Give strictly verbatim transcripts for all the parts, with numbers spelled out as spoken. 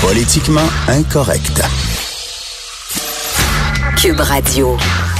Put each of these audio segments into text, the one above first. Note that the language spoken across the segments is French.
Politiquement incorrect. Cube Radio.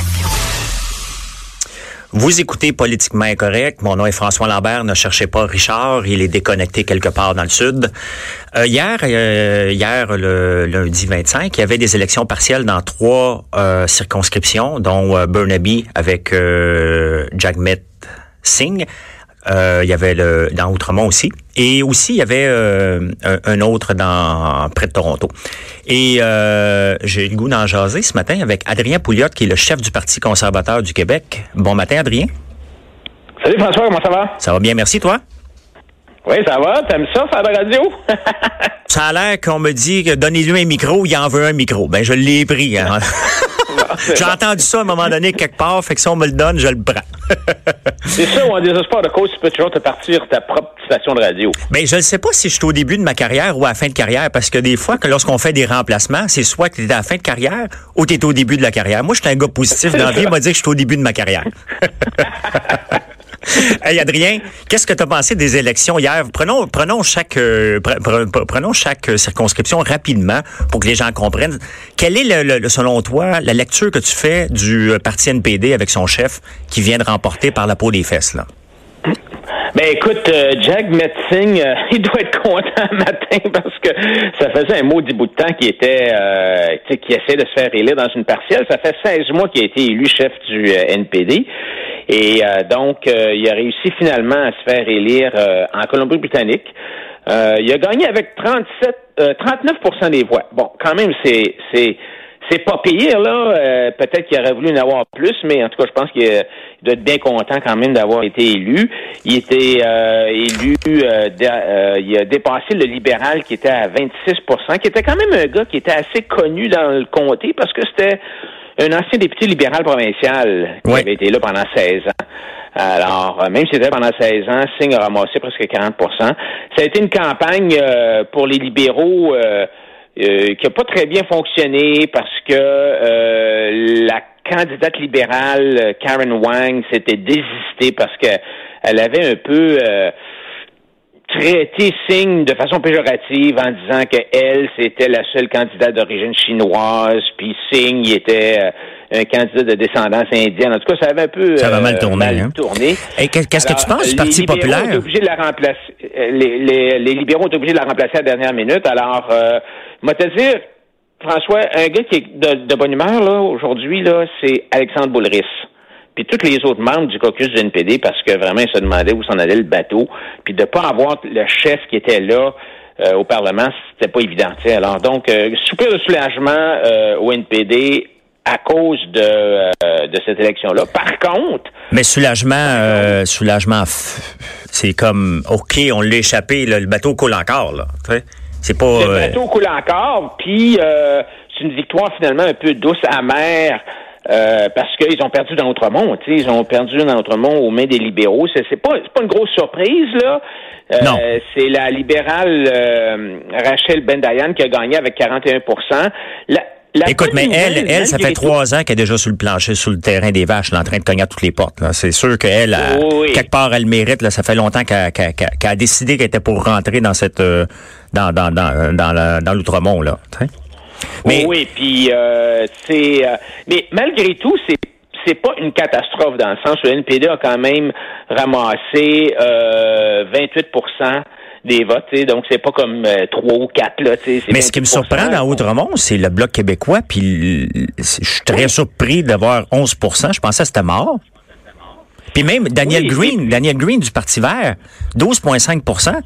Vous écoutez Politiquement incorrect. Mon nom est François Lambert. Ne cherchez pas Richard. Il est déconnecté quelque part dans le sud. Euh, hier, euh, hier le lundi vingt-cinq, il y avait des élections partielles dans trois euh, circonscriptions, dont euh, Burnaby avec euh, Jagmeet Singh. Euh, il y avait le dans Outremont aussi. Et aussi, il y avait euh, un, un autre dans près de Toronto. Et euh, j'ai le goût d'en jaser ce matin avec Adrien Pouliot, qui est le chef du Parti conservateur du Québec. Bon matin, Adrien. Salut François, comment ça va? Ça va bien, merci, toi? Oui, ça va. T'aimes ça, faire de la radio? Ça a l'air qu'on me dit que donnez-lui un micro, il en veut un micro. Ben, je l'ai pris. Hein? J'ai entendu ça à un moment donné quelque part, fait que si on me le donne, je le prends. C'est ça, ou en désespoir de cause, tu peux toujours te partir ta propre station de radio. Ben, je ne sais pas si je suis au début de ma carrière ou à la fin de carrière, parce que des fois, que lorsqu'on fait des remplacements, c'est soit que tu es à la fin de carrière ou tu es au début de la carrière. Moi, je suis un gars positif dans la vie, il m'a dit que je suis au début de ma carrière. Hey Adrien, qu'est-ce que tu as pensé des élections hier? Prenons, prenons chaque, euh, pre, pre, prenons chaque circonscription rapidement pour que les gens comprennent. Quelle est, le, le, selon toi, la lecture que tu fais du parti N P D avec son chef qui vient de remporter par la peau des fesses, là? Ben écoute, euh, Jagmeet Singh, euh, il doit être content le matin parce que ça faisait un maudit bout de temps qu'il était, euh, tu sais, qu'il essaie de se faire élire dans une partielle. Ça fait seize mois qu'il a été élu chef du euh, N P D. Et euh, donc, euh, il a réussi finalement à se faire élire euh, en Colombie-Britannique. Euh, il a gagné avec trente-sept, euh, trente-neuf pour cent des voix. Bon, quand même, c'est c'est c'est pas pire, là. Euh, peut-être qu'il aurait voulu en avoir plus, mais en tout cas, je pense qu'il il doit être bien content quand même d'avoir été élu. Il était euh, élu, euh, de, euh, il a dépassé le libéral qui était à vingt-six pour cent, qui était quand même un gars qui était assez connu dans le comté parce que c'était un ancien député libéral provincial qui ouais. avait été là pendant seize ans. Alors, même si c'était pendant seize ans, Singh a ramassé presque quarante pour cent. Ça a été une campagne euh, pour les libéraux euh, euh, qui n'a pas très bien fonctionné parce que euh, la candidate libérale, Karen Wang, s'était désistée parce que elle avait un peu euh, traité Singh de façon péjorative en disant que elle, c'était la seule candidate d'origine chinoise, puis Singh, il était euh, un candidat de descendance indienne. En tout cas, ça avait un peu ça va mal tourné. Euh, mal hein? tourné. Et qu'est-ce Alors, que tu penses du Parti populaire? Ont été obligés de la remplacer, les, les, les libéraux ont été obligés de la remplacer à la dernière minute. Alors, euh, moi, te dire, François, un gars qui est de, de bonne humeur, là, aujourd'hui, là, c'est Alexandre Boulris. Puis tous les autres membres du caucus du N P D, parce que vraiment, ils se demandaient où s'en allait le bateau. Puis de pas avoir le chef qui était là euh, au Parlement, c'était pas évident. T'sais. Alors donc, euh, soupir de soulagement euh, au N P D à cause de euh, de cette élection-là. Par contre... Mais soulagement, euh, soulagement, c'est comme, OK, on l'a échappé, là, le bateau coule encore, là. T'sais. C'est pas... Le bateau euh... coule encore, puis euh, c'est une victoire finalement un peu douce, amère, Euh, parce qu'ils ont perdu dans Outremont, tu sais, ils ont perdu dans Outremont aux mains des libéraux. C'est, c'est pas, c'est pas une grosse surprise, là. Euh, non. C'est la libérale euh, Rachel Ben-Dayan qui a gagné avec quarante et un pour cent. La, la Écoute, mais nouvelle, elle, elle, ça fait trois ans qu'elle est déjà sur le plancher, sur le terrain des vaches, là, en train de cogner à toutes les portes. Là. C'est sûr qu'elle, a, oui. quelque part, elle mérite. Là, ça fait longtemps qu'elle, qu'elle, qu'elle a décidé qu'elle était pour rentrer dans cette, euh, dans, dans, dans, dans, la, dans l'Outremont, là. T'sais? Mais... Oui, puis euh, c'est... Euh, mais malgré tout, c'est c'est pas une catastrophe dans le sens où le N P D a quand même ramassé euh, vingt-huit pour cent des votes, t'sais, donc c'est pas comme euh, trois ou quatre, là. T'sais, c'est mais ce qui me surprend dans Outremont, c'est le Bloc québécois, puis je suis très oui. surpris d'avoir onze pour cent. Je pensais que c'était mort. Puis même Daniel oui, Green, oui. Daniel Green du Parti vert, douze virgule cinq pour cent.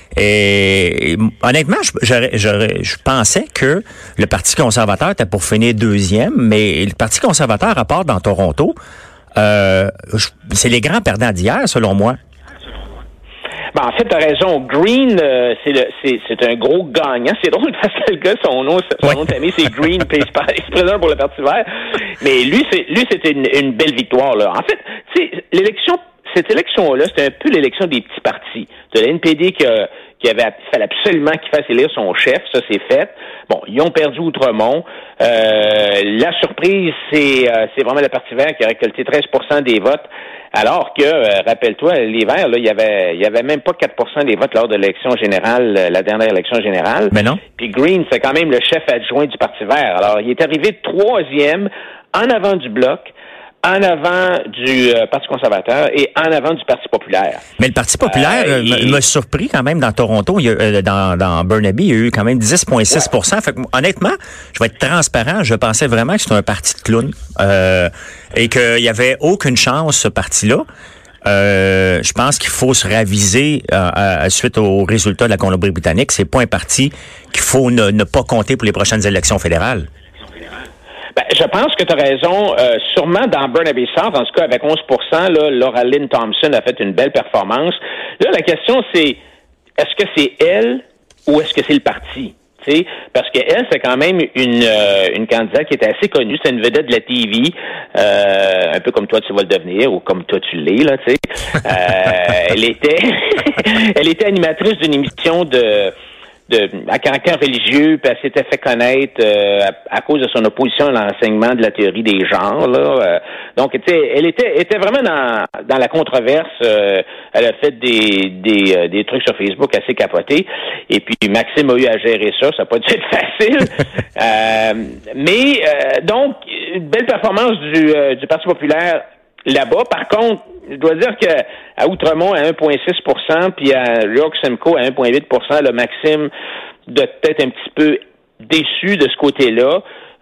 Et honnêtement, je, je, je, je pensais que le Parti conservateur était pour finir deuxième, mais le Parti conservateur, à part dans Toronto, euh, je, c'est les grands perdants d'hier, selon moi. Ben, en fait, t'as raison. Green, euh, c'est, le, c'est, c'est un gros gagnant. C'est drôle parce que le gars, son nom, son ouais. nom de famille, c'est Green, puis il se présente pour le Parti vert. Mais lui, c'est, lui, c'était une, une belle victoire, là. En fait, tu sais, l'élection, cette élection-là, c'était un peu l'élection des petits partis. De l'N P D qui a, qu'il avait, il fallait absolument qu'il fasse élire son chef. Ça, c'est fait. Bon, ils ont perdu Outremont. Euh, la surprise, c'est, euh, c'est vraiment le Parti vert qui a récolté treize pour cent des votes. Alors que, euh, rappelle-toi, les Verts, là, il y avait, il y avait même pas quatre pour cent des votes lors de l'élection générale, euh, la dernière élection générale. Mais non. Puis Green, c'est quand même le chef adjoint du Parti vert. Alors, il est arrivé troisième, en avant du Bloc, en avant du euh, Parti conservateur et en avant du Parti populaire. Mais le Parti populaire euh, il... m'a surpris quand même dans Toronto. Il y a, euh, dans, dans Burnaby, il y a eu quand même dix virgule six pour cent. Ouais. Fait que, honnêtement, je vais être transparent, je pensais vraiment que c'était un parti de clowns euh, et qu'il n'y avait aucune chance, ce parti-là. Euh, je pense qu'il faut se raviser euh, à, suite aux résultats de la Colombie-Britannique. C'est pas un parti qu'il faut ne, ne pas compter pour les prochaines élections fédérales. Ben, je pense que tu as raison. Euh, sûrement dans Burnaby South, en tout cas avec onze pour cent, là, Laura Lynn Thompson a fait une belle performance. Là, la question, c'est est-ce que c'est elle ou est-ce que c'est le parti? T'sais? Parce qu'elle, c'est quand même une euh, une candidate qui était assez connue. C'est une vedette de la T V, euh, un peu comme toi tu vas le devenir, ou comme toi tu l'es, là, tu sais. Euh, elle était elle était animatrice d'une émission de de à caractère religieux, puis elle s'était fait connaître euh, à, à cause de son opposition à l'enseignement de la théorie des genres, là. Euh, donc, tu sais, elle était était vraiment dans dans la controverse. Euh, elle a fait des des euh, des trucs sur Facebook assez capotés. Et puis Maxime a eu à gérer ça. Ça n'a pas dû être facile. euh, mais euh, donc, une belle performance du euh, du Parti populaire là-bas. Par contre, je dois dire que à Outremont, à un virgule six pour cent, puis à York Simcoe, à un virgule huit pour cent, le Maxime doit peut-être un petit peu déçu de ce côté-là.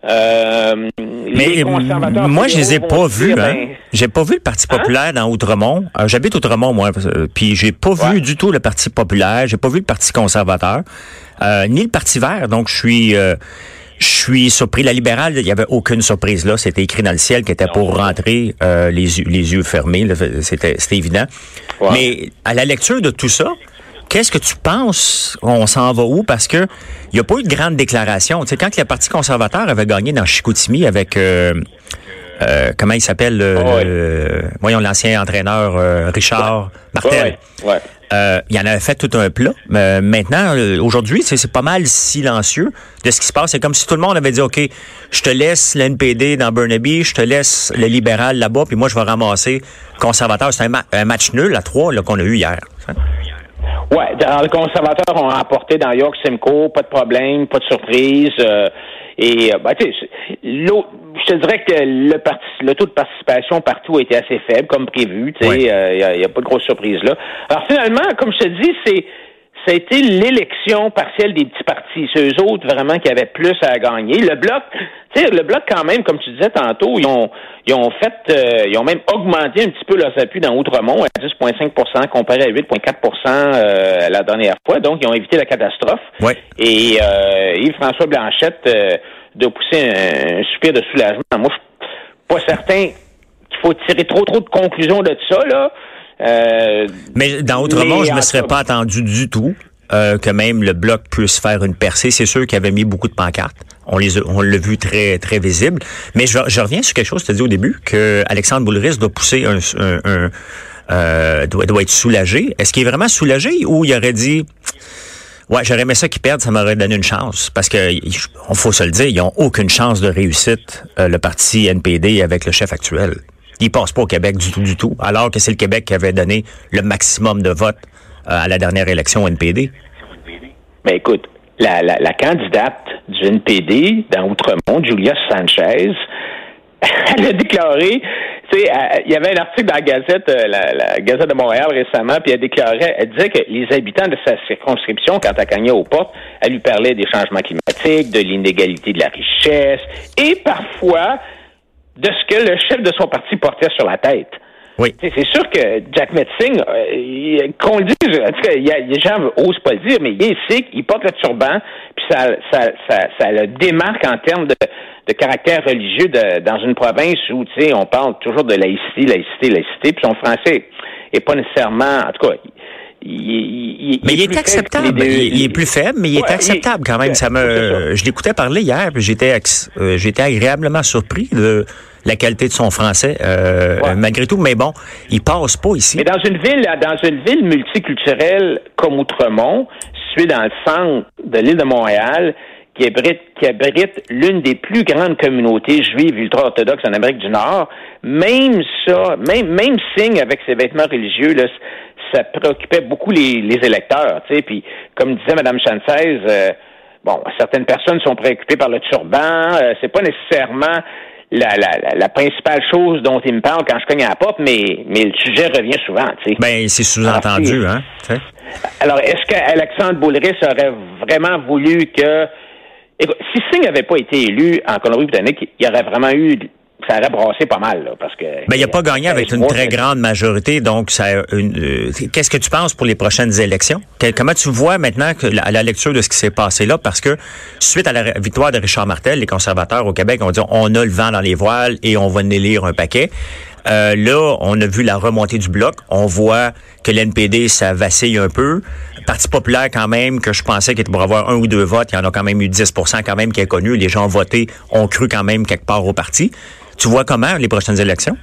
Euh, Mais moi, je les ai pas vus. Hein. Ben... J'ai pas vu le Parti populaire hein? dans Outremont. Euh, J'habite Outremont, moi, puis j'ai pas ouais. vu du tout le Parti populaire. J'ai pas vu le Parti conservateur, euh, ni le Parti vert. Donc, je suis... Euh, Je suis surpris. La libérale, il n'y avait aucune surprise là. C'était écrit dans le ciel qu'elle était pour rentrer euh, les, yeux, les yeux fermés. Là. C'était, c'était évident. Ouais. Mais à la lecture de tout ça, qu'est-ce que tu penses? On s'en va où? Parce que il n'y a pas eu de grande déclaration. Tu sais, quand le Parti conservateur avait gagné dans Chicoutimi avec... Euh, Euh, comment il s'appelle? Euh, oh, ouais. euh, voyons, l'ancien entraîneur euh, Richard ouais. Martel. Ouais. Ouais. Euh, il en avait fait tout un plat. Mais maintenant, aujourd'hui, c'est, c'est pas mal silencieux de ce qui se passe. C'est comme si tout le monde avait dit, OK, je te laisse l'N P D dans Burnaby, je te laisse le libéral là-bas, puis moi, je vais ramasser le conservateur. C'est un, ma- un match nul à trois là, qu'on a eu hier. Oui, les conservateurs ont remporté dans York Simcoe, pas de problème, pas de surprise. Euh, et ben, tu sais, je te dirais que le, parti, le taux de participation partout a été assez faible, comme prévu. Tu sais, il oui. n'y a, y a pas de grosse surprise là. Alors finalement, comme je te dis, c'est ça a été l'élection partielle des petits partis. C'est eux autres vraiment qui avaient plus à gagner. Le Bloc, tu sais, le Bloc quand même, comme tu disais tantôt, ils ont ils ont fait, euh, ils ont même augmenté un petit peu leurs appuis dans Outremont à dix virgule cinq pour cent comparé à huit virgule quatre pour cent euh, la dernière fois. Donc, ils ont évité la catastrophe. Oui. Et euh, Yves-François Blanchette euh, de pousser un, un soupir de soulagement. Moi, je suis pas certain qu'il faut tirer trop trop de conclusions de ça, là. Euh, mais dans Outremont, je ne me serais pas attendu du tout euh, que même le Bloc puisse faire une percée. C'est sûr qu'il avait mis beaucoup de pancartes. On les a, on l'a vu très très visible. Mais je, je reviens sur quelque chose que tu as dit au début, que Alexandre Boulris doit pousser un, un, un euh, doit, doit être soulagé. Est-ce qu'il est vraiment soulagé ou il aurait dit ouais, j'aurais aimé ça qu'ils perdent, ça m'aurait donné une chance. Parce que on faut se le dire, ils n'ont aucune chance de réussite, euh, le parti N P D avec le chef actuel. Il passe pas au Québec du tout, du tout, alors que c'est le Québec qui avait donné le maximum de votes euh, à la dernière élection N P D. Mais écoute, la, la, la candidate du N P D dans Outremont, Julia Sanchez, elle a déclaré, tu sais, il y avait un article dans la Gazette, la, la Gazette de Montréal récemment, puis elle déclarait, elle disait que les habitants de sa circonscription, quand elle cognait aux portes, elle lui parlait des changements climatiques, de l'inégalité de la richesse, et parfois de ce que le chef de son parti portait sur la tête. Oui. T'sais, c'est sûr que Jack Metzing, euh, qu'on le dise, en tout cas, y a, les gens n'osent pas le dire, mais il est sikh, il porte le turban, puis ça, ça, ça, ça le démarque en termes de, de caractère religieux de, dans une province où, tu sais, on parle toujours de laïcité, laïcité, laïcité, puis son français est pas nécessairement, en tout cas, Il, il, il, mais il, il est acceptable. Deux, il, il est plus faible, mais il ouais, est acceptable il, quand même. Ça me, je l'écoutais parler hier, puis j'étais, euh, j'étais agréablement surpris de la qualité de son français, euh, ouais. malgré tout. Mais bon, il passe pas ici. Mais dans une ville, dans une ville multiculturelle comme Outremont, située dans le centre de l'île de Montréal, qui abrite, qui abrite l'une des plus grandes communautés juives ultra-orthodoxes en Amérique du Nord, même ça, même, même signe avec ses vêtements religieux, là, ça préoccupait beaucoup les, les électeurs, tu sais. Puis, comme disait Mme Chanceise, euh, bon, certaines personnes sont préoccupées par le turban. Euh, c'est pas nécessairement la, la, la, la principale chose dont ils me parlent quand je cogne à la porte, mais, mais le sujet revient souvent, tu sais. Ben, c'est sous-entendu, alors, hein. T'sais. Alors, est-ce qu'Alexandre Boulris aurait vraiment voulu que... Écoute, si Singh n'avait pas été élu en Colombie-Britannique, il y aurait vraiment eu... Ça aurait brassé pas mal, là, parce que... Ben, il n'a pas gagné avec une très grande majorité, donc ça... Une, euh, qu'est-ce que tu penses pour les prochaines élections? Comment tu vois maintenant que la, à la lecture de ce qui s'est passé là? Parce que suite à la victoire de Richard Martel, les conservateurs au Québec ont dit on a le vent dans les voiles et on va en élire un paquet. Euh, là, on a vu la remontée du bloc. On voit que l'N P D, ça vacille un peu. Parti populaire, quand même, que je pensais qu'il était pour avoir un ou deux votes, il y en a quand même eu dix pour cent quand même qui est connu. Les gens ont voté, ont cru quand même quelque part au parti. Tu vois comment les prochaines élections?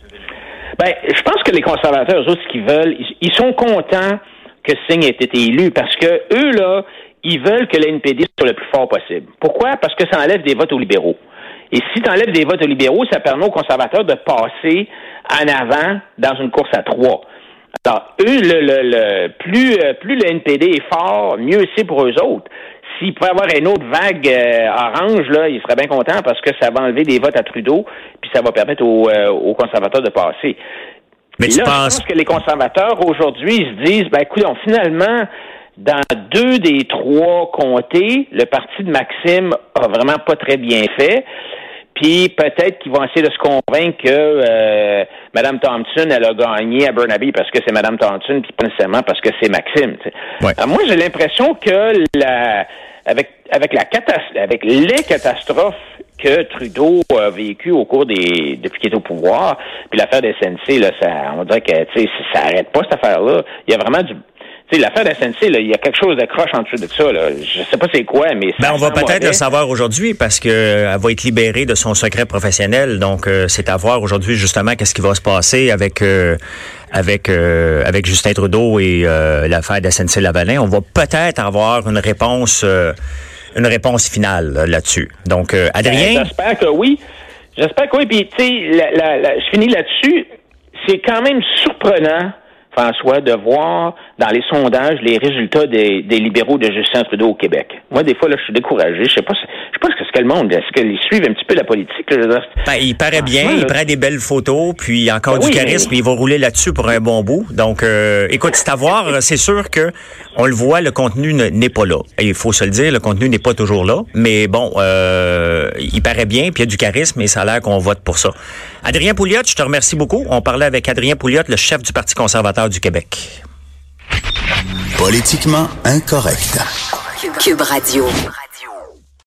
Ben, je pense que les conservateurs, eux autres, ce qu'ils veulent, ils sont contents que Singh ait été élu parce que eux, là, ils veulent que l'N P D soit le plus fort possible. Pourquoi? Parce que ça enlève des votes aux libéraux. Et si tu enlèves des votes aux libéraux, ça permet aux conservateurs de passer en avant dans une course à trois. Alors, eux, le, le, le plus, plus le N P D est fort, mieux c'est pour eux autres. S'il pouvait avoir une autre vague euh, orange, là, ils seraient bien contents parce que ça va enlever des votes à Trudeau, puis ça va permettre aux, euh, aux conservateurs de passer. Mais tu là, penses... je pense que les conservateurs, aujourd'hui, ils se disent, ben écoute, finalement, dans deux des trois comtés, le parti de Maxime a vraiment pas très bien fait. Puis peut-être qu'ils vont essayer de se convaincre que euh, Mme Thompson, elle a gagné à Burnaby parce que c'est Mme Thompson, puis pas nécessairement parce que c'est Maxime. Ouais. Alors, moi, j'ai l'impression que la avec avec la catastrophe, avec les catastrophes que Trudeau a vécues au cours des depuis qu'il est au pouvoir, puis l'affaire des S N C, là, ça, on dirait que tu sais, ça arrête pas cette affaire-là. Il y a vraiment du Tu sais, l'affaire de la S N C, là, il y a quelque chose de croche en dessous de ça. Là. Je sais pas c'est quoi, mais... Ben, on va peut-être le savoir aujourd'hui parce que euh, elle va être libérée de son secret professionnel. Donc, euh, c'est à voir aujourd'hui, justement, qu'est-ce qui va se passer avec euh, avec euh, avec Justin Trudeau et euh, l'affaire de la S N C-Lavalin. On va peut-être avoir une réponse euh, une réponse finale là, là-dessus. Donc, euh, Adrien... Ben, j'espère que oui. J'espère que oui. Puis, tu sais, la, la, la, je finis là-dessus. C'est quand même surprenant, François, de voir dans les sondages les résultats des, des libéraux de Justin Trudeau au Québec. Moi, des fois, là, je suis découragé. Je sais pas, je sais pas ce que le monde, est-ce qu'ils suivent un petit peu la politique? Là? Ben, il paraît bien, il prend des belles photos, puis encore ben du oui, charisme, mais... il va rouler là-dessus pour un bon bout. Donc, euh, écoute, c'est à voir. C'est sûr que on le voit, le contenu n'est pas là. Et il faut se le dire, le contenu n'est pas toujours là. Mais bon, euh, il paraît bien, puis il y a du charisme, et ça a l'air qu'on vote pour ça. Adrien Pouliot, je te remercie beaucoup. On parlait avec Adrien Pouliot, le chef du Parti conservateur du Québec. Politiquement incorrect. Cube Radio.